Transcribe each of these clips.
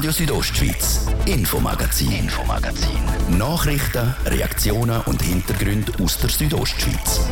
Radio Südostschweiz, Infomagazin. Nachrichten, Reaktionen und Hintergründe aus der Südostschweiz.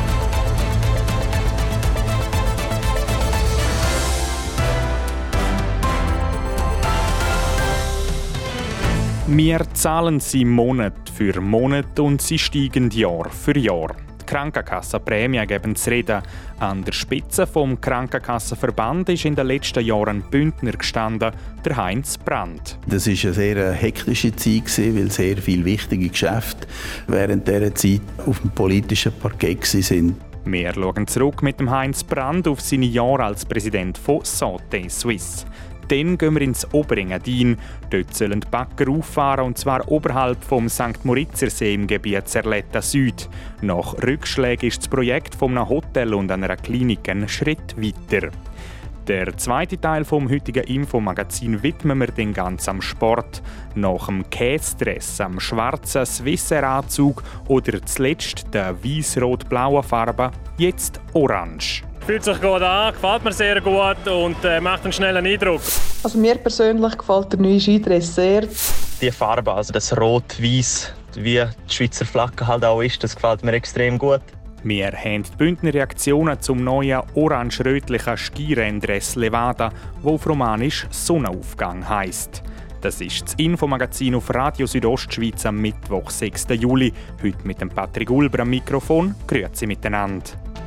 Wir zahlen sie Monat für Monat und sie steigen Jahr für Jahr. Die Krankenkassenprämien geben zu reden. An der Spitze vom Krankenkassenverband ist in den letzten Jahren ein Bündner gestanden, der Heinz Brand. Das war eine sehr hektische Zeit, weil sehr viele wichtige Geschäfte während dieser Zeit auf dem politischen Parkett waren. Wir schauen zurück mit dem Heinz Brand auf seine Jahre als Präsident von Santé Suisse. Dann gehen wir ins Oberengadin. Dort sollen die Bagger auffahren, und zwar oberhalb vom St. Moritzersee im Gebiet Zerletta Süd. Nach Rückschlägen ist das Projekt von einem Hotel und einer Klinik einen Schritt weiter. Der zweite Teil vom heutigen Infomagazin widmen wir den ganz am Sport. Nach dem Käsdress, am schwarzen Swissair-Anzug oder zuletzt der weiß-rot-blauen Farbe, jetzt orange. Fühlt sich gut an, gefällt mir sehr gut und macht einen schnellen Eindruck. Also mir persönlich gefällt der neue Skidress sehr. Die Farbe, also das Rot-Weiß, wie die Schweizer Flagge halt auch ist, das gefällt mir extrem gut. Wir haben die Bündner Reaktionen zum neuen orange-rötlichen Skirenndrass Levada, wo auf Romanisch Sonnenaufgang heisst. Das ist das Infomagazin auf Radio Südostschweiz am Mittwoch, 6. Juli. Heute mit dem Patrick Ulber am Mikrofon. Grüezi miteinander.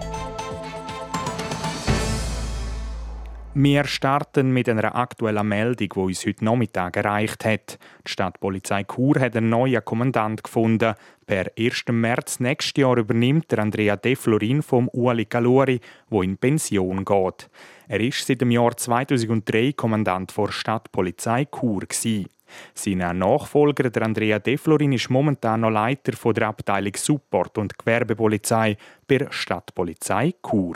Wir starten mit einer aktuellen Meldung, die uns heute Nachmittag erreicht hat. Die Stadtpolizei Chur hat einen neuen Kommandant gefunden. Per 1. März nächstes Jahr übernimmt der Andrea De Florin vom Ueli Calori, der in Pension geht. Er ist seit dem Jahr 2003 Kommandant der Stadtpolizei Chur. Sein Nachfolger, der Andrea De Florin, ist momentan noch Leiter der Abteilung Support und Gewerbepolizei bei der Stadtpolizei Chur.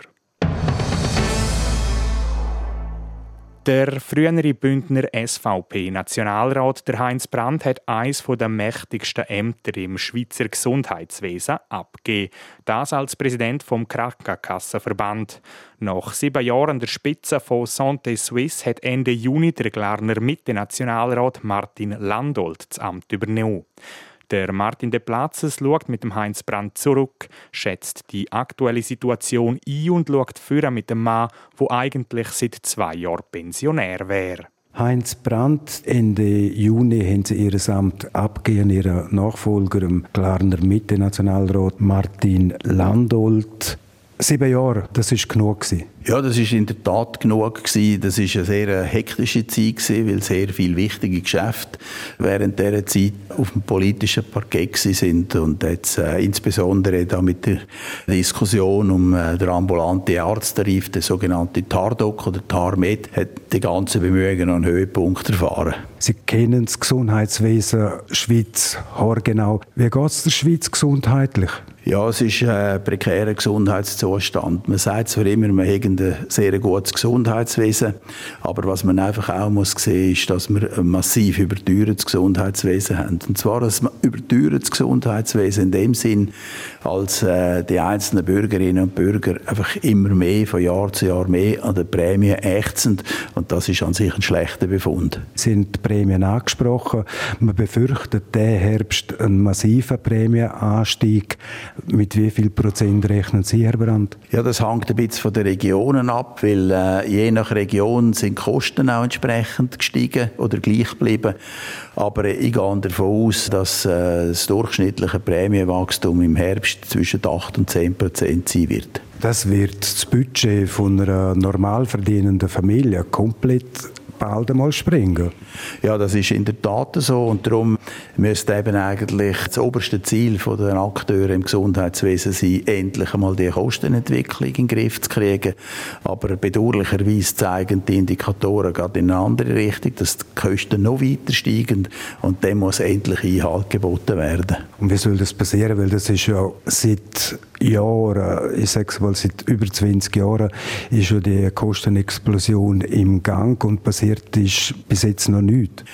Der frühere Bündner SVP-Nationalrat, der Heinz Brand, hat eines der mächtigsten Ämter im Schweizer Gesundheitswesen abgegeben. Das als Präsident vom Krankenkassenverband. Nach 7 Jahren an der Spitze von Santé Suisse hat Ende Juni der Glarner Mitte-Nationalrat Martin Landolt das Amt übernommen. Der Martin de Platzes schaut mit dem Heinz Brand zurück, schätzt die aktuelle Situation ein und schaut führen mit dem Mann, der eigentlich seit 2 Jahren Pensionär wäre. Heinz Brand, Ende Juni haben sie ihr Amt abgegeben, ihren Nachfolger, dem Glarner Mitte-Nationalrat Martin Landolt. 7 Jahre, das war genug. Ja, das war in der Tat genug. Das war eine sehr hektische Zeit, weil sehr viele wichtige Geschäfte während dieser Zeit auf dem politischen Parkett waren. Und jetzt insbesondere da mit der Diskussion um den ambulanten Arzttarif, der sogenannte TARDOC oder TARMED, hat die ganze Bemühungen einen Höhepunkt erfahren. Sie kennen das Gesundheitswesen Schweiz haargenau. Wie geht es der Schweiz gesundheitlich? Ja, es ist ein prekärer Gesundheitszustand. Man sagt zwar immer, man hätte ein sehr gutes Gesundheitswesen, aber was man einfach auch muss sehen, ist, dass wir ein massiv überteuertes Gesundheitswesen haben. Und zwar ein überteuertes Gesundheitswesen in dem Sinn, als die einzelnen Bürgerinnen und Bürger einfach immer mehr, von Jahr zu Jahr mehr an den Prämien ächzen. Und das ist an sich ein schlechter Befund. Sie haben die Prämien angesprochen. Man befürchtet diesen Herbst einen massiven Prämienanstieg. Mit wie viel Prozent rechnen Sie, Herr Brand? Ja, das hängt ein bisschen von den Regionen ab, weil je nach Region sind die Kosten auch entsprechend gestiegen oder gleich geblieben. Aber ich gehe davon aus, dass das durchschnittliche Prämienwachstum im Herbst zwischen 8 und 10% sein wird. Das wird das Budget von einer normal verdienenden Familie komplett bald einmal springen. Ja, das ist in der Tat so und darum müsste eben eigentlich das oberste Ziel der Akteure im Gesundheitswesen sein, endlich einmal die Kostenentwicklung in den Griff zu kriegen. Aber bedauerlicherweise zeigen die Indikatoren gerade in eine andere Richtung, dass die Kosten noch weiter steigen und dem muss endlich Einhalt geboten werden. Und wie soll das passieren? Weil das ist ja seit Jahren, ich sage es mal seit über 20 Jahren, ist ja die Kostenexplosion im Gang und passiert ist bis jetzt noch nichts.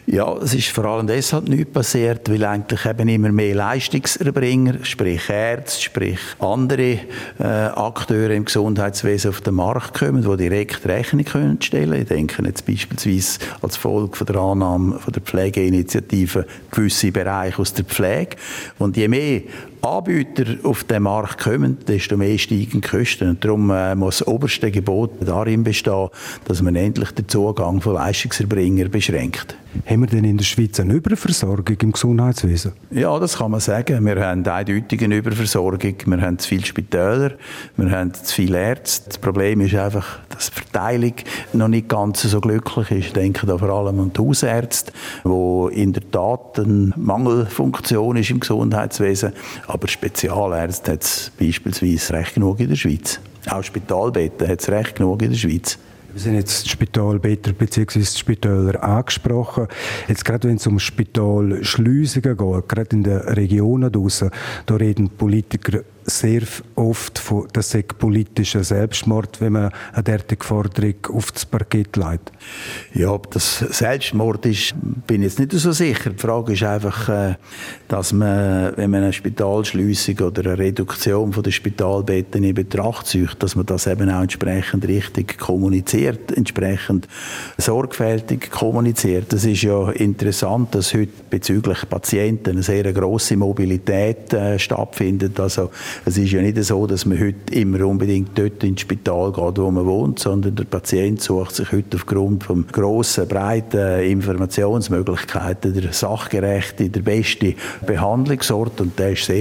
Ja, es ist vor allem deshalb nichts passiert, weil eigentlich eben immer mehr Leistungserbringer, sprich Ärzte, sprich andere Akteure im Gesundheitswesen auf den Markt kommen, die direkt Rechnung können stellen. Ich denke jetzt beispielsweise als Folge von der Annahme von der Pflegeinitiative gewisse Bereiche aus der Pflege. Und je mehr Anbieter auf den Markt kommen, desto mehr steigen die Kosten. Und darum muss das oberste Gebot darin bestehen, dass man endlich den Zugang von Leistungserbringern beschränkt. Haben wir denn in der Schweiz eine Überversorgung im Gesundheitswesen? Ja, das kann man sagen. Wir haben eindeutig eine Überversorgung. Wir haben zu viele Spitäler, wir haben zu viele Ärzte. Das Problem ist einfach, dass die Verteilung noch nicht ganz so glücklich ist. Ich denke da vor allem an die Hausärzte, wo in der Tat eine Mangelfunktion ist im Gesundheitswesen. Aber Spezialärzte hat es beispielsweise recht genug in der Schweiz. Auch Spitalbetten hat es recht genug in der Schweiz. Wir sind jetzt die Spitalbetter bzw. die Spitäler angesprochen. Jetzt gerade wenn es um Spitalschliessungen geht, gerade in den Regionen draussen, da reden Politiker sehr oft von, das sei politischer Selbstmord, wenn man eine derartige Forderung auf das Parkett legt. Ja, ob das Selbstmord ist, bin ich jetzt nicht so sicher. Die Frage ist einfach, dass man, wenn man eine Spitalschliessung oder eine Reduktion von den Spitalbetten in Betracht zieht, dass man das eben auch entsprechend richtig kommuniziert, entsprechend sorgfältig kommuniziert. Es ist ja interessant, dass heute bezüglich Patienten eine sehr grosse Mobilität stattfindet. Also es ist ja nicht so, dass man heute immer unbedingt dort ins Spital geht, wo man wohnt, sondern der Patient sucht sich heute aufgrund von grossen, breiten Informationsmöglichkeiten der sachgerechte, der beste Behandlungsort, und der ist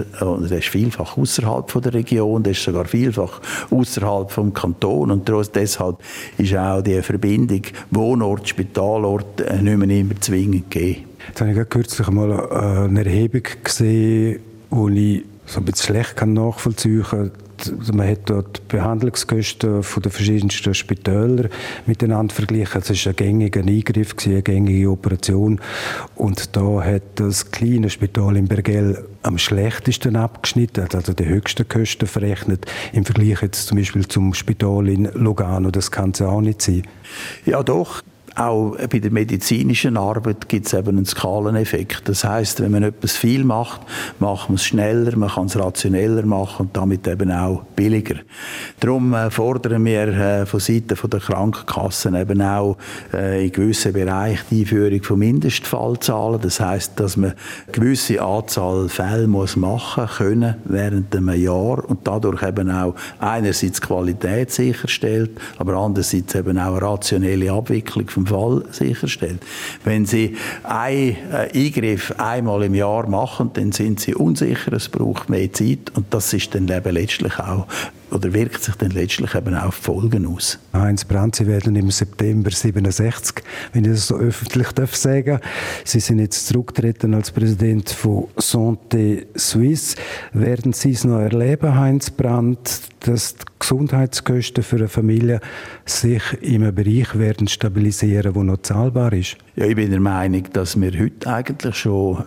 vielfach außerhalb der Region, der ist sogar vielfach außerhalb vom Kanton, und deshalb ist auch die Verbindung Wohnort, Spitalort nicht mehr immer zwingend gegeben. Jetzt habe ich kürzlich mal eine Erhebung gesehen, wo ich so ein bisschen schlecht nachvollziehen kann. Man hat dort die Behandlungskosten von den verschiedensten Spitälern miteinander verglichen. Es war ein gängiger Eingriff, eine gängige Operation. Und da hat das kleine Spital in Bergell am schlechtesten abgeschnitten, also die höchsten Kosten verrechnet, im Vergleich jetzt zum Beispiel zum Spital in Lugano. Das kann es ja auch nicht sein. Ja, doch. Auch bei der medizinischen Arbeit gibt es eben einen Skaleneffekt. Das heisst, wenn man etwas viel macht, macht man es schneller, man kann es rationeller machen und damit eben auch billiger. Darum fordern wir von Seiten der Krankenkassen eben auch in gewissen Bereichen die Einführung von Mindestfallzahlen. Das heisst, dass man eine gewisse Anzahl Fälle muss machen können während einem Jahr und dadurch eben auch einerseits Qualität sicherstellt, aber andererseits eben auch eine rationelle Abwicklung vom Fall sicherstellt. Wenn Sie einen Eingriff einmal im Jahr machen, dann sind Sie unsicher, es braucht mehr Zeit und das ist dann eben letztlich auch, oder wirkt sich dann letztlich eben auch auf Folgen aus. Heinz Brandt, Sie werden im September 67, wenn ich das so öffentlich sagen darf. Sie sind jetzt zurückgetreten als Präsident von Santé Suisse. Werden Sie es noch erleben, Heinz Brandt, dass die Gesundheitskosten für eine Familie sich in einem Bereich werden stabilisieren, der noch zahlbar ist? Ja, ich bin der Meinung, dass wir heute eigentlich schon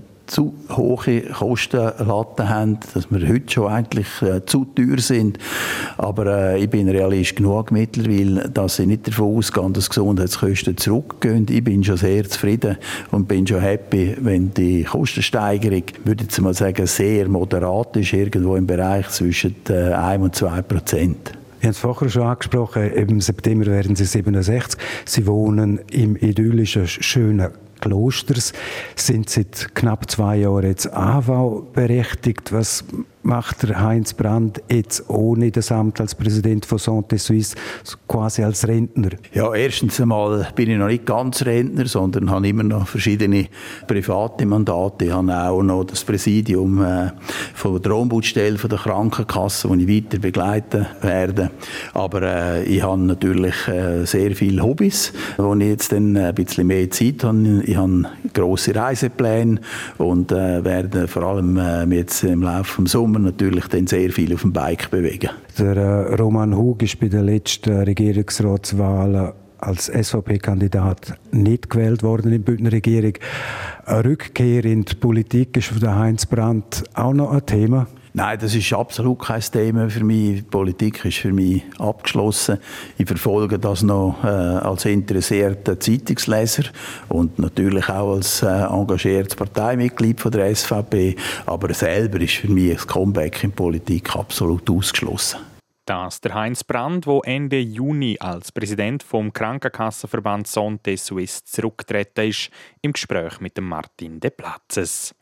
zu hohe Kostenlatten haben, dass wir heute schon eigentlich zu teuer sind. Aber ich bin realist genug mittlerweile, dass ich nicht davon ausgehe, dass Gesundheitskosten zurückgehen. Ich bin schon sehr zufrieden und bin schon happy, wenn die Kostensteigerung, würde ich mal sagen, sehr moderat ist, irgendwo im Bereich zwischen 1 und 2%. Wir haben es vorher schon angesprochen, im September werden Sie 67. Sie wohnen im idyllischen, schönen Klosters, sind seit knapp 2 Jahren jetzt AV-berechtigt. Was macht der Heinz Brandt jetzt ohne das Amt als Präsident von Santé Suisse, quasi als Rentner? Ja, erstens einmal bin ich noch nicht ganz Rentner, sondern habe immer noch verschiedene private Mandate. Ich habe auch noch das Präsidium von der Ombudsstelle von der Krankenkasse, das ich weiter begleiten werde. Aber ich habe natürlich sehr viele Hobbys, wo ich jetzt dann ein bisschen mehr Zeit habe. Ich habe grosse Reisepläne und werde vor allem jetzt im Laufe des Sommers natürlich dann sehr viel auf dem Bike bewegen. Der Roman Hug ist bei den letzten Regierungsratswahlen als SVP-Kandidat nicht gewählt worden in der Bündner Regierung. Eine Rückkehr in die Politik ist für den Heinz Brandt auch noch ein Thema? Nein, das ist absolut kein Thema für mich. Die Politik ist für mich abgeschlossen. Ich verfolge das noch als interessierter Zeitungsleser und natürlich auch als engagiertes Parteimitglied von der SVP. Aber selber ist für mich das Comeback in Politik absolut ausgeschlossen. Das der Heinz Brand, der Ende Juni als Präsident vom Krankenkassenverband Santé Suisse zurückgetreten ist, im Gespräch mit dem Martin de Platzes.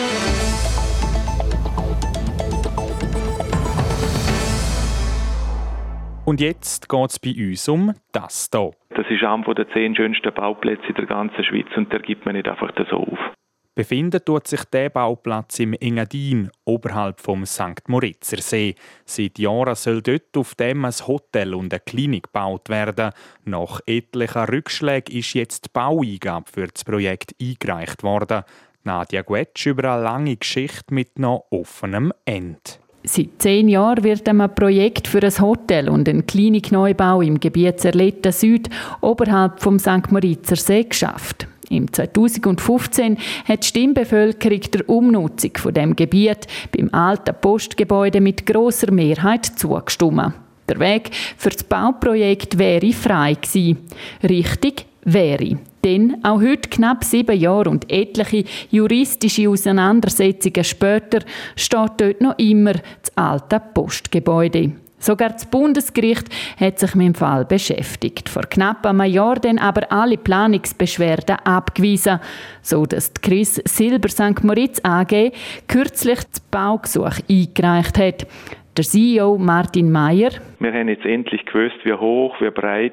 Und jetzt geht es bei uns um das hier. Das ist einer der 10 schönsten Bauplätze in der ganzen Schweiz und der gibt man nicht einfach so auf. Befindet tut sich der Bauplatz im Engadin, oberhalb vom St. Moritzer See. Seit Jahren soll dort auf dem ein Hotel und eine Klinik gebaut werden. Nach etlichen Rückschlägen ist jetzt die Baueingabe für das Projekt eingereicht worden. Nadia Guetsch über eine lange Geschichte mit noch offenem Ende. Seit 10 Jahren wird ein Projekt für ein Hotel und einen Klinikneubau im Gebiet Zerletta Süd oberhalb vom St. Moritzer See geschafft. Im 2015 hat die Stimmbevölkerung der Umnutzung von dem Gebiet beim alten Postgebäude mit grosser Mehrheit zugestimmt. Der Weg für das Bauprojekt wäre frei gewesen. Richtig wäre. Denn auch heute, knapp 7 Jahre und etliche juristische Auseinandersetzungen später, steht dort noch immer das alte Postgebäude. Sogar das Bundesgericht hat sich mit dem Fall beschäftigt. Vor knapp einem Jahr dann aber alle Planungsbeschwerden abgewiesen, sodass die Chris Silber St. Moritz AG kürzlich das Baugesuch eingereicht hat. Der CEO Martin Meier. Wir haben jetzt endlich gewusst, wie hoch, wie breit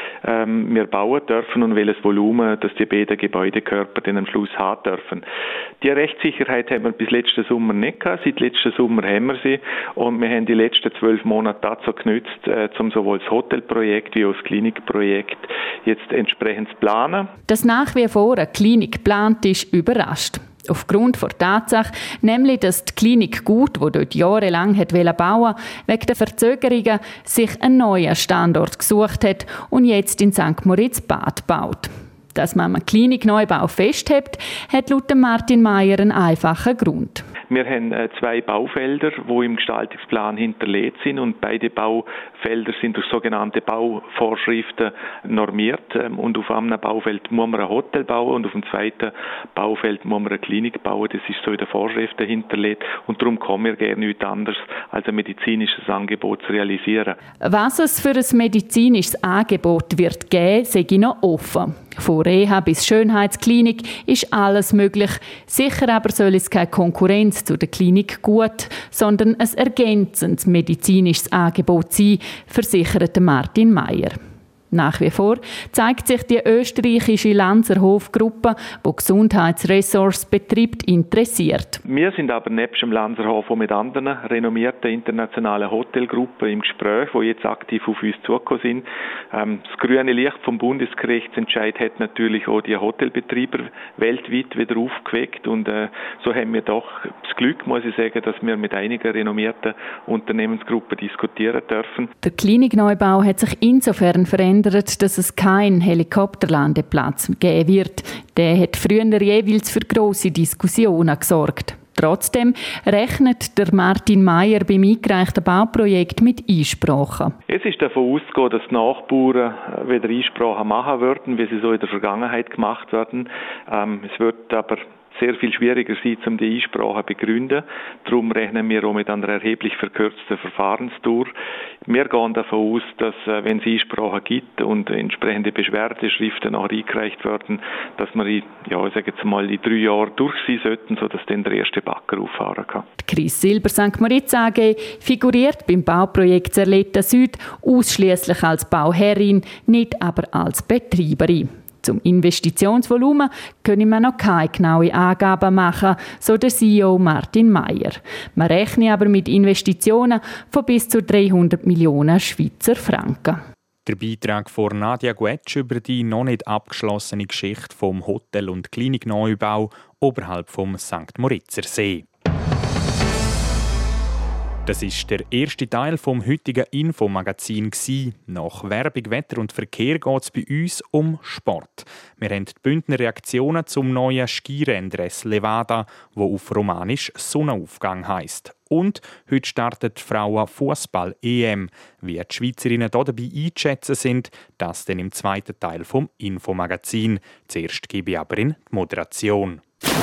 wir bauen dürfen und welches Volumen, das die beiden Gebäudekörper dann am Schluss haben dürfen. Die Rechtssicherheit haben wir bis letzten Sommer nicht gehabt. Seit letzten Sommer haben wir sie und wir haben die letzten 12 Monate dazu genutzt, um sowohl das Hotelprojekt wie auch das Klinikprojekt jetzt entsprechend zu planen. Dass nach wie vor eine Klinik geplant ist, überrascht. Aufgrund der Tatsache, nämlich, dass die Klinik Gut, die dort jahrelang bauen wollte, wegen der Verzögerungen sich einen neuen Standort gesucht hat und jetzt in St. Moritz Bad baut. Dass man einen Klinikneubau festhält, hat laut Martin Meier einen einfachen Grund. Wir haben 2 Baufelder, die im Gestaltungsplan hinterlegt sind und beide Baufelder sind durch sogenannte Bauvorschriften normiert und auf einem Baufeld muss man ein Hotel bauen und auf dem zweiten Baufeld muss man eine Klinik bauen. Das ist so in den Vorschriften hinterlegt und darum kommen wir gerne nichts anderes als ein medizinisches Angebot zu realisieren. Was es für ein medizinisches Angebot wird geben, sei noch offen. Von Reha bis Schönheitsklinik ist alles möglich. Sicher aber soll es keine Konkurrenz zu der Klinik Gut, sondern ein ergänzendes medizinisches Angebot sein, versicherte Martin Meier. Nach wie vor zeigt sich die österreichische Lanzerhof-Gruppe, die Gesundheitsressorts betreibt, interessiert. Wir sind aber nebst dem Lanzerhof auch mit anderen renommierten internationalen Hotelgruppen im Gespräch, die jetzt aktiv auf uns zugekommen sind. Das grüne Licht vom Bundesgerichtsentscheid hat natürlich auch die Hotelbetreiber weltweit wieder aufgeweckt und so haben wir doch das Glück, muss ich sagen, dass wir mit einigen renommierten Unternehmensgruppen diskutieren dürfen. Der Klinikneubau hat sich insofern verändert, dass es keinen Helikopterlandeplatz geben wird. Der hat früher jeweils für grosse Diskussionen gesorgt. Trotzdem rechnet der Martin Meier beim eingereichten Bauprojekt mit Einsprachen. Es ist davon auszugehen, dass die Nachbarn wieder Einsprachen machen würden, wie sie so in der Vergangenheit gemacht werden. Es wird aber sehr viel schwieriger sein, um die Einsprache zu begründen. Darum rechnen wir auch mit einer erheblich verkürzten Verfahrensdauer. Wir gehen davon aus, dass, wenn es Einsprachen gibt und entsprechende Beschwerdeschriften auch eingereicht werden, dass wir in 3 Jahren durch sein sollten, sodass dann der erste Bagger auffahren kann. Chris Silber St. Moritz AG figuriert beim Bauprojekt Zerletta Süd ausschliesslich als Bauherrin, nicht aber als Betreiberin. Zum Investitionsvolumen können wir noch keine genauen Angaben machen, so der CEO Martin Meier. Man rechnet aber mit Investitionen von bis zu 300 Millionen Schweizer Franken. Der Beitrag von Nadia Guetsch über die noch nicht abgeschlossene Geschichte vom Hotel- und Klinikneubau oberhalb vom St. Moritzer See. Das ist der erste Teil vom heutigen Infomagazin. Nach Werbung, Wetter und Verkehr geht es bei uns um Sport. Wir haben die Bündner Reaktionen zum neuen Skirenndrass Levada, wo auf Romanisch Sonnenaufgang heisst. Und heute startet die Frauen-Fußball-EM. Wie die Schweizerinnen hier dabei einzuschätzen sind, das dann im zweiten Teil vom Infomagazin. Zuerst gebe ich aber in die Moderation.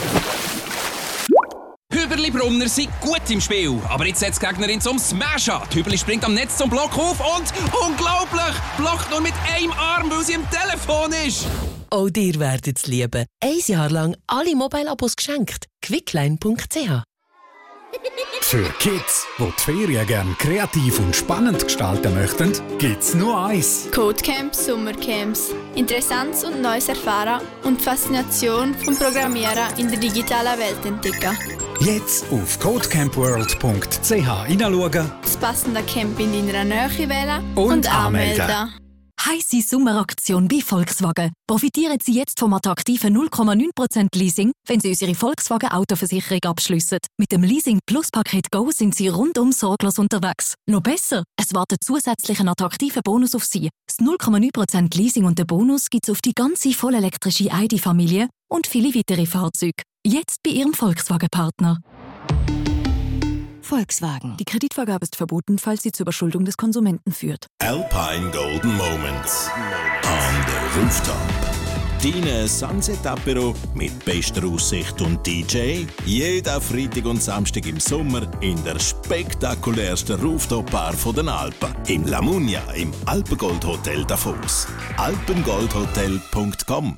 Hüberli Brunner sind gut im Spiel, aber jetzt setzt die Gegnerin zum Smash an. Hüberli springt am Netz zum Block auf und, unglaublich, blockt nur mit einem Arm, weil sie im Telefon ist. Auch dir werdet es lieben. 1 Jahr lang alle Mobile-Abos geschenkt. Quickline.ch. Für Kids, die die Ferien gerne kreativ und spannend gestalten möchten, gibt's nur eins. Codecamps, Sommercamps. Interessantes und Neues erfahren und die Faszination vom Programmieren in der digitalen Welt entdecken. Jetzt auf codecampworld.ch hineinschauen, das passende Camp in deiner Nähe wählen und anmelden. Heisse Sommeraktion bei Volkswagen. Profitieren Sie jetzt vom attraktiven 0,9% Leasing, wenn Sie unsere Volkswagen-Autoversicherung abschliessen. Mit dem Leasing Plus Paket Go sind Sie rundum sorglos unterwegs. Noch besser, es wartet zusätzlich ein attraktiver Bonus auf Sie. Das 0,9% Leasing und der Bonus gibt es auf die ganze vollelektrische ID-Familie und viele weitere Fahrzeuge. Jetzt bei Ihrem Volkswagen-Partner. Volkswagen. Die Kreditvergabe ist verboten, falls sie zur Überschuldung des Konsumenten führt. Alpine Golden Moments on the Rooftop. Deine Sunset-Apero mit bester Aussicht und DJ. Jeden Freitag und Samstag im Sommer in der spektakulärsten Rooftop-Bar den Alpen. Im La Mugna, im Alpengold Hotel Davos. alpengoldhotel.com.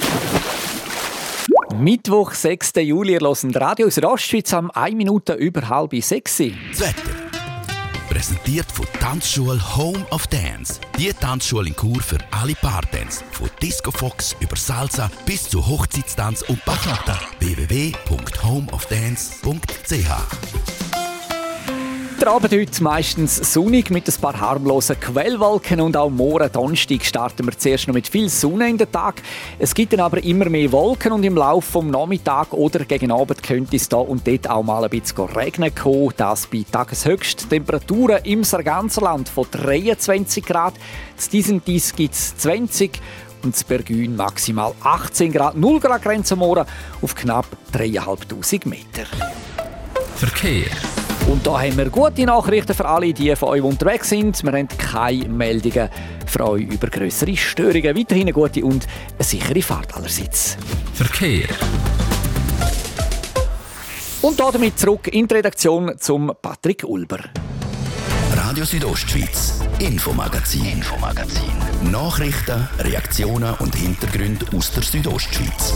Mittwoch, 6. Juli, ihr hört Radio aus der Ostschweiz am 1 Minute über 5:30. Das Wetter. Präsentiert von Tanzschule Home of Dance. Die Tanzschule in Chur für alle Partys. Von Disco Fox über Salsa bis zu Hochzeitstanz und Bachata. www.homeofdance.ch. Der Abend heute meistens sonnig mit ein paar harmlosen Quellwolken und auch morgen Donnerstag starten wir zuerst noch mit viel Sonne in den Tag. Es gibt dann aber immer mehr Wolken und im Laufe des Nachmittags oder gegen Abend könnte es da und dort auch mal ein bisschen regnen kommen. Das bei Tageshöchsttemperaturen im ganzen Land von 23 Grad. In Disentis gibt es 20 und in Bergün maximal 18 Grad. 0 Grad Grenze morgen auf knapp 3'500 Meter. Verkehr. Und da haben wir gute Nachrichten für alle, die von euch unterwegs sind. Wir haben keine Meldungen für euch über grössere Störungen. Weiterhin eine gute und eine sichere Fahrt allerseits. Verkehr. Und damit zurück in die Redaktion zum Patrick Ulber. Radio Südostschweiz, Infomagazin. Nachrichten, Reaktionen und Hintergründe aus der Südostschweiz.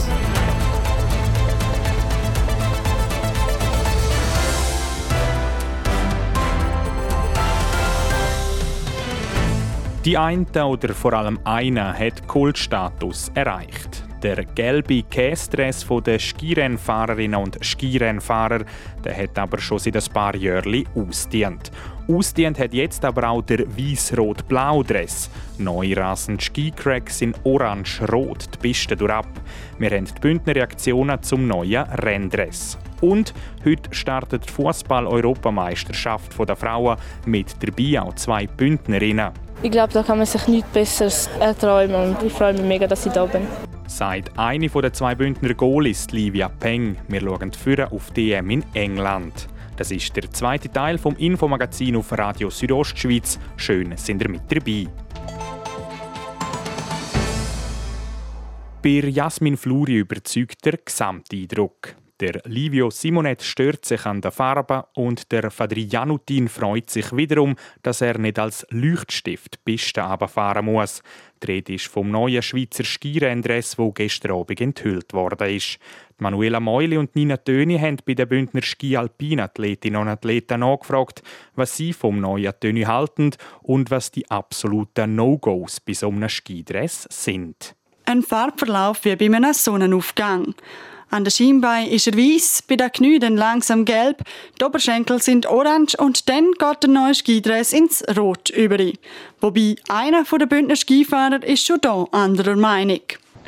Die eine oder vor allem einer hat Kultstatus erreicht. Der gelbe Käsedress der Skirennfahrerinnen und Skirennfahrer, der hat aber schon seit ein paar Jahren ausgedient. Ausgedient hat jetzt aber auch der weiss-rot-blau Dress. Neu rasen die Skicracks in orange-rot die Piste durchab. Wir haben die Bündner Reaktionen zum neuen Renndress. Und heute startet die Fußball-Europameisterschaft der Frauen mit dabei auch 2 Bündnerinnen. Ich glaube, da kann man sich nichts Besseres erträumen und ich freue mich mega, dass ich da bin. Sagt eine der 2 Bündner Goalies, Livia Peng. Wir schauen vorher auf die EM in England. Das ist der zweite Teil vom Infomagazin auf Radio Südostschweiz. Schön, sind ihr mit dabei. Bei Jasmin Fluri überzeugt der Gesamteindruck. Der Livio Simonet stört sich an der Farbe und der Fadrijanutin freut sich wiederum, dass er nicht als Leuchtstift die Piste runterfahren muss. Die Rede ist vom neuen Schweizer Skirenndress, das gestern Abend enthüllt worden ist. Manuela Meuli und Nina Töni haben bei den Bündner Ski-Alpin-Athletinnen und Athleten nachgefragt, was sie vom neuen Töni halten und was die absoluten No-Gos bei so einem Skidress sind. Ein Farbverlauf wie bei einem Sonnenaufgang. An der Schienbein ist er weiss, bei den Knien dann langsam gelb, die Oberschenkel sind orange und dann geht der neue Skidress ins Rot über. Wobei einer der Bündner Skifahrer ist schon da anderer Meinung.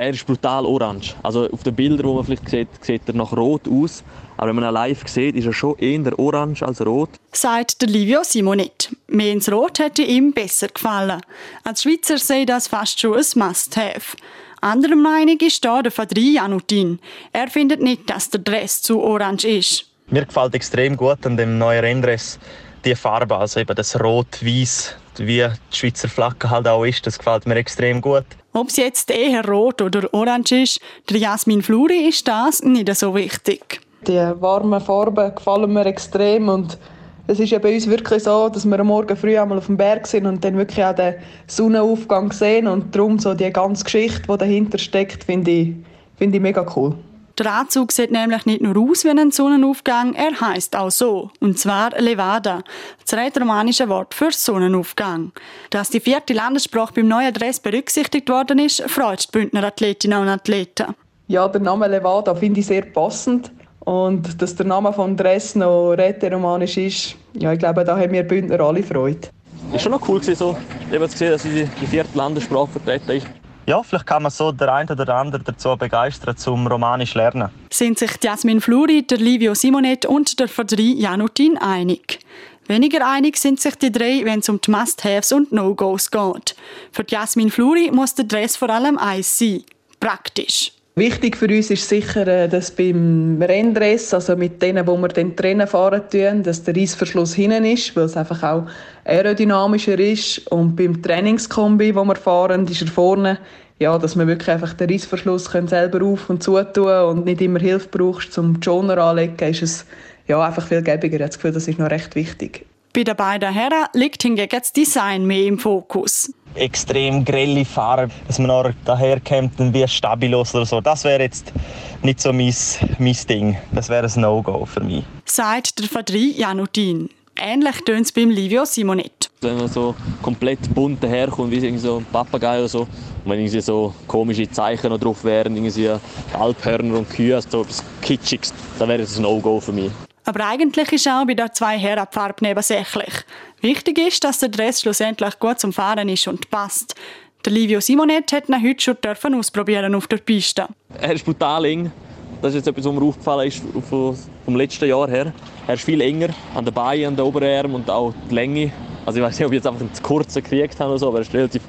Er ist brutal orange. Also auf den Bildern, die man vielleicht sieht er noch rot aus. Aber wenn man ihn live sieht, ist er schon eher orange als rot. Sagt der Livio Simonet. Mehr ins Rot hätte ihm besser gefallen. Als Schweizer sei das fast schon ein Must-Have. Anderer Meinung ist da der Fadri Janutin. Er findet nicht, dass der Dress zu orange ist. Mir gefällt extrem gut an dem neuen Renndress die Farbe, also eben das Rot-Weiß, wie die Schweizer Flagge halt auch ist. Das gefällt mir extrem gut. Ob es jetzt eher rot oder orange ist, der Jasmin Fluri ist das nicht so wichtig. Die warmen Farben gefallen mir extrem und es ist ja bei uns wirklich so, dass wir am Morgen früh einmal auf dem Berg sind und dann wirklich auch den Sonnenaufgang sehen und darum so die ganze Geschichte, die dahinter steckt, finde ich mega cool. Der Anzug sieht nämlich nicht nur aus wie ein Sonnenaufgang, er heisst auch so, und zwar Levada, das rätoromanische Wort für Sonnenaufgang. Dass die 4. Landessprache beim neuen Dress berücksichtigt worden ist, freut die Bündner Athletinnen und Athleten. Ja, der Name Levada finde ich sehr passend. Und dass der Name vom Dress noch rätoromanisch ist, ja, ich glaube, da haben wir Bündner alle Freude. Es war schon noch cool, so, zu sehen, dass die 4. Landessprache vertreten ist. Ja, vielleicht kann man so der eine oder der andere dazu begeistern, zum Romanisch lernen. Sind sich Jasmin Fluri, der Livio Simonet und der Fadri Janutin einig. Weniger einig sind sich die drei, wenn es um die Must-Haves und No-Gos geht. Für Jasmin Fluri muss der Dress vor allem eins sein: praktisch. Wichtig für uns ist sicher, dass beim Renndress, also mit denen, wo wir dann Rennen fahren tun, dass der Reissverschluss hinten ist, weil es einfach auch aerodynamischer ist. Und beim Trainingskombi, wo wir fahren, ist er vorne, ja, dass man wirklich einfach den Reissverschluss selber auf- und zutun und nicht immer Hilfe brauchst, zum Joner anlegen, ist es ja, einfach viel gäbiger. Ich habe das Gefühl, das ist noch recht wichtig. Bei den beiden Herren liegt hingegen das Design mehr im Fokus. Extrem grelle Farbe, dass man noch daherkommt und wie Stabilos oder so. Das wäre jetzt nicht so mein Ding. Das wäre ein No-Go für mich. Sagt der Fadri Janutin. Ähnlich tönt es beim Livio Simonet. Wenn man so komplett bunt daherkommt, wie irgendwie so ein Papagei oder so, und wenn irgendwie so komische Zeichen noch drauf wären, irgendwie Alphörner und Kühe, so etwas Kitschiges, dann wäre das ein No-Go für mich. Aber eigentlich ist auch bei den zwei Herren die Farbe nebensächlich. Wichtig ist, dass der Dress schlussendlich gut zum Fahren ist und passt. Der Livio Simonet hat ihn heute schon ausprobieren auf der Piste. Er ist brutal eng. Das ist jetzt etwas, was mir aufgefallen ist vom letzten Jahr her. Er ist viel enger an den Beinen, an den Oberarmen und auch die Länge. Also ich weiß nicht, ob ich jetzt einfach zu kurz gekriegt habe oder so, aber er ist relativ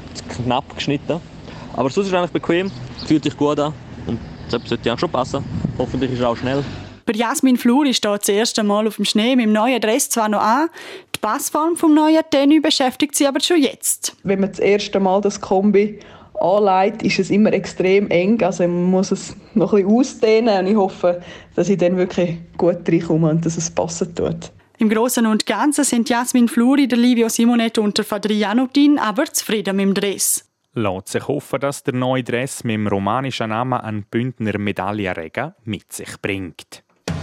knapp geschnitten. Aber sonst ist er eigentlich bequem, fühlt sich gut an und das sollte auch schon passen. Hoffentlich ist er auch schnell. Bei Jasmin Fluri steht das erste Mal auf dem Schnee mit dem neuen Dress zwar noch an, die Passform vom neuen Tenue beschäftigt sie aber schon jetzt. Wenn man das erste Mal das Kombi anlegt, ist es immer extrem eng. Also man muss es noch ein bisschen ausdehnen und ich hoffe, dass ich dann wirklich gut reinkomme und dass es passen tut. Im Großen und Ganzen sind Jasmin Fluri, der Livio Simonet und der Fadri Janutin aber zufrieden mit dem Dress. Lässt sich hoffen, dass der neue Dress mit dem romanischen Namen einen Bündner Medaillenregen mit sich bringt.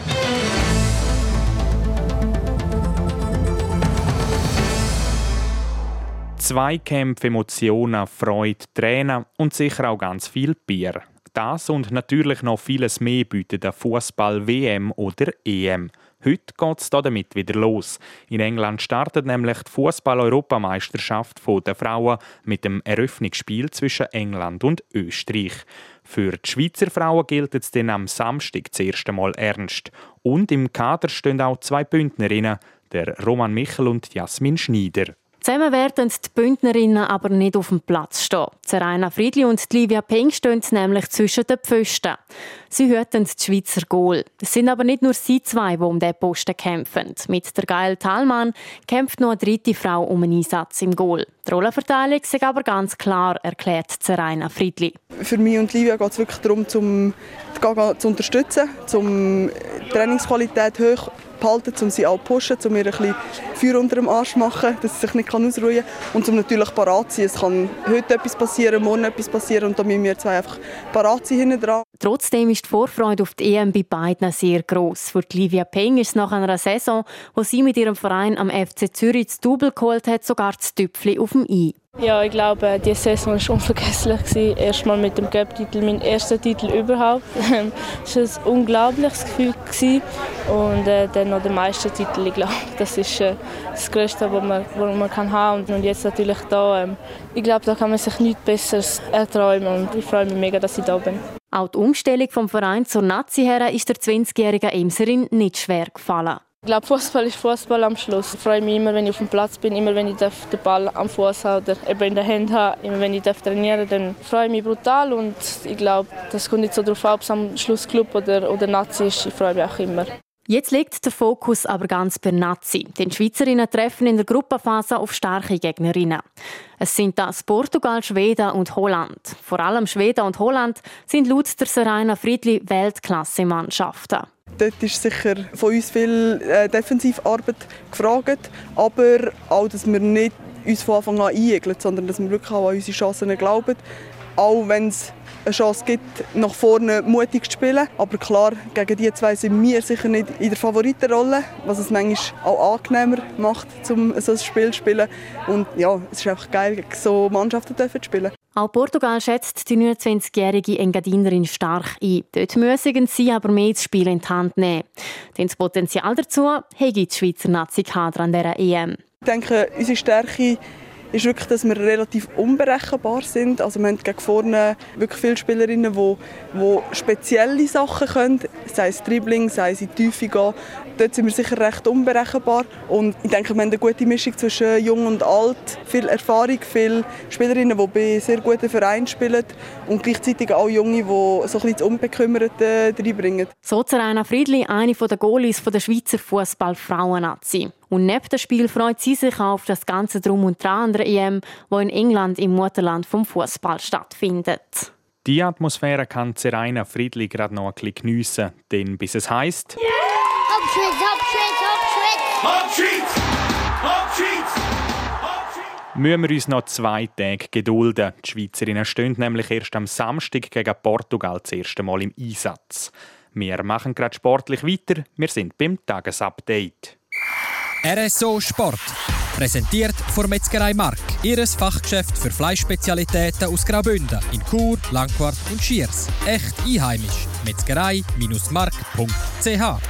Zweikämpfe, Emotionen, Freude, Tränen und sicher auch ganz viel Bier. Das und natürlich noch vieles mehr bietet der Fußball-WM oder EM. Heute geht es damit wieder los. In England startet nämlich die Fußball-Europameisterschaft der Frauen mit dem Eröffnungsspiel zwischen England und Österreich. Für die Schweizer Frauen gilt es dann am Samstag das erste Mal ernst. Und im Kader stehen auch zwei Bündnerinnen, der Roman Michel und Jasmin Schneider. Zusammen werden die Bündnerinnen aber nicht auf dem Platz stehen. Zeraina Friedli und Livia Peng stehen nämlich zwischen den Pfosten. Sie hüten das Schweizer Goal. Es sind aber nicht nur sie zwei, die um diesen Posten kämpfen. Mit der Gael Thalmann kämpft noch eine dritte Frau um einen Einsatz im Goal. Die Rollenverteilung ist aber ganz klar, erklärt Zeraina Friedli. Für mich und Livia geht es wirklich darum, die Gaga zu unterstützen, die Trainingsqualität hoch behalten, um sie auch zu pushen, um ihr ein bisschen Feuer unter dem Arsch zu machen, dass sie sich nicht ausruhen kann und um natürlich parat zu sein. Es kann heute etwas passieren, morgen etwas passieren und da müssen wir zwei einfach parat sein hinten dran. Trotzdem ist die Vorfreude auf die EM bei beiden sehr gross. Für Livia Peng ist es nach einer Saison, wo sie mit ihrem Verein am FC Zürich das Double geholt hat, sogar das Tüpfchen auf dem I. Ja, ich glaube, diese Saison war unvergesslich. Erstmal mit dem Cup-Titel, mein erster Titel überhaupt. Es war ein unglaubliches Gefühl. Und dann noch der Meistertitel. Ich glaube, das ist das Größte, was man haben kann. Und jetzt natürlich da. Ich glaube, da kann man sich nichts Besseres erträumen. Und ich freue mich mega, dass ich da bin. Auch die Umstellung vom Verein zur Nazi her ist der 20-jährigen Emserin nicht schwer gefallen. Ich glaube, Fußball ist Fußball am Schluss. Ich freue mich immer, wenn ich auf dem Platz bin, immer wenn ich den Ball am Fuß habe oder eben in der Hand habe. Immer wenn ich trainieren darf, dann freue ich mich brutal. Und ich glaube, das kommt nicht so darauf an, ob es am Schluss Club oder Nazi ist. Ich freue mich auch immer. Jetzt liegt der Fokus aber ganz bei Nazi. Die Schweizerinnen treffen in der Gruppenphase auf starke Gegnerinnen. Es sind das Portugal, Schweden und Holland. Vor allem Schweden und Holland sind laut der Seraina Friedli Weltklasse-Mannschaften. Dort ist sicher von uns viel Defensivarbeit gefragt, aber auch, dass wir nicht uns von Anfang an eigeln, sondern dass wir wirklich auch an unsere Chancen glauben. Auch wenn es eine Chance gibt, nach vorne mutig zu spielen. Aber klar, gegen die zwei sind wir sicher nicht in der Favoritenrolle, was es manchmal auch angenehmer macht, um so ein Spiel zu spielen. Und ja, es ist einfach geil, gegen so Mannschaften zu spielen. Auch Portugal schätzt die 29-jährige Engadinerin stark ein. Dort müssen sie aber mehr das Spiel in die Hand nehmen. Denn das Potenzial dazu hat die Schweizer Nazi-Kader an dieser EM. Ich denke, unsere Stärke ist wirklich, dass wir relativ unberechenbar sind. Also wir haben gegen vorne wirklich viele Spielerinnen, die spezielle Sachen können, sei es Dribbling, sei es in die Tiefe gehen. Dort sind wir sicher recht unberechenbar. Und ich denke, wir haben eine gute Mischung zwischen Jung und Alt, viel Erfahrung, viele Spielerinnen, die bei sehr guten Vereinen spielen und gleichzeitig auch Junge, die so ein bisschen das Unbekümmerte reinbringen. So Seraina Friedli, eine der Goalies der Schweizer Fußball-Frauen-Nazi. Und neben dem Spiel freut sie sich auch auf das ganze Drum und Dran an der EM, die in England im Mutterland vom Fußball stattfindet. Die Atmosphäre kann Seraina Friedli gerade noch ein bisschen geniessen, denn bis es heisst... Yeah! Müssen wir uns noch 2 Tage gedulden. Die Schweizerinnen stehen nämlich erst am Samstag gegen Portugal das erste Mal im Einsatz. Wir machen gerade sportlich weiter. Wir sind beim Tagesupdate. RSO Sport. Präsentiert von Metzgerei Mark. Ihres Fachgeschäft für Fleischspezialitäten aus Graubünden in Chur, Langquart und Schiers. Echt einheimisch. Metzgerei-mark.ch.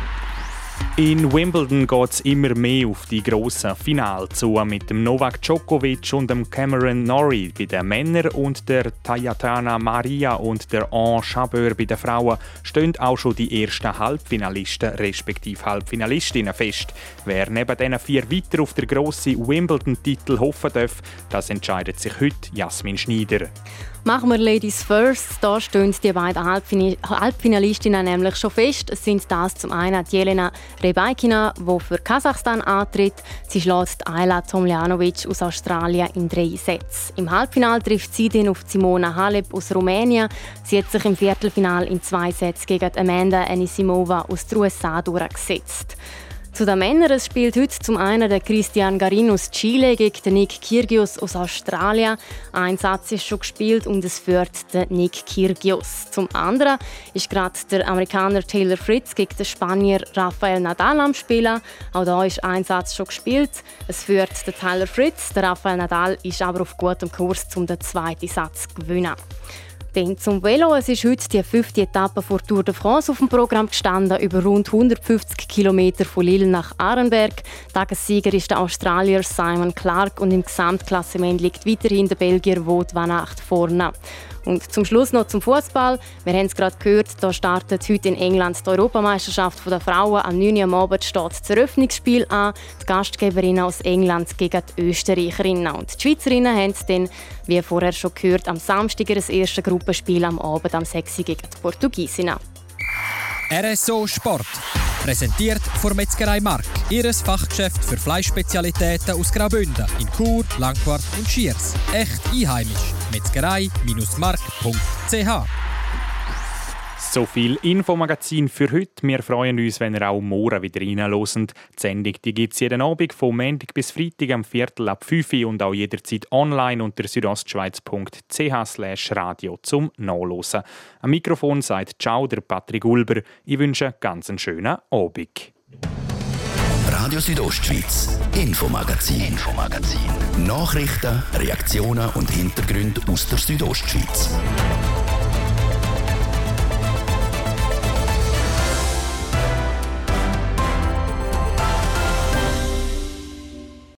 In Wimbledon geht es immer mehr auf die grossen Finale zu, mit dem Novak Djokovic und dem Cameron Norrie bei den Männern und der Tatiana Maria und der Anne Jabeur bei den Frauen stehen auch schon die ersten Halbfinalisten respektive Halbfinalistinnen fest. Wer neben diesen 4 weiter auf den grossen Wimbledon-Titel hoffen darf, das entscheidet sich heute Jasmin Schneider. Machen wir Ladies first. Da stehen die beiden Halbfinalistinnen nämlich schon fest. Es sind das zum einen die Jelena Rybakina, die für Kasachstan antritt. Sie schlägt Ayla Tomljanovic aus Australien in 3 Sätzen. Im Halbfinale trifft sie dann auf Simona Halep aus Rumänien. Sie hat sich im Viertelfinale in 2 Sätzen gegen Amanda Anisimova aus den USA durchgesetzt. Zu den Männern es spielt heute zum einen der Cristian Garin aus Chile gegen den Nick Kyrgios aus Australien. Ein Satz ist schon gespielt und es führt der Nick Kyrgios. Zum anderen ist gerade der Amerikaner Taylor Fritz gegen den Spanier Rafael Nadal am Spielen. Auch da ist ein Satz schon gespielt. Es führt der Taylor Fritz. Der Rafael Nadal ist aber auf gutem Kurs, um den 2. Satz zu gewinnen. Dann zum Velo. Es ist heute die 5. Etappe vor Tour de France auf dem Programm gestanden, über rund 150 Kilometer von Lille nach Arenberg. Tagessieger ist der Australier Simon Clark und im Gesamtklassement liegt weiterhin der Belgier Wout van Aert vorne. Und zum Schluss noch zum Fußball. Wir haben es gerade gehört, da startet heute in England die Europameisterschaft der Frauen. Am 9. Uhr am Abend steht das Eröffnungsspiel an. Die Gastgeberinnen aus England gegen die Österreicherinnen. Und die Schweizerinnen haben dann, wie vorher schon gehört, am Samstag das erste Gruppenspiel am Abend am 6. gegen die Portugiesinnen. RSO Sport. Präsentiert von Metzgerei Mark. Ihres Fachgeschäft für Fleischspezialitäten aus Graubünden in Chur, Langquart und Schiers. Echt einheimisch. Metzgerei-mark.ch. So viel Infomagazin für heute. Wir freuen uns, wenn ihr auch morgen wieder reinhört. Die Sendung gibt es jeden Abend von Montag bis Freitag am 4:45 und auch jederzeit online unter südostschweiz.ch/radio zum Nachhören. Am Mikrofon sagt Ciao der Patrick Ulber. Ich wünsche ganz einen schönen Abend. Radio Südostschweiz, Infomagazin. Nachrichten, Reaktionen und Hintergründe aus der Südostschweiz.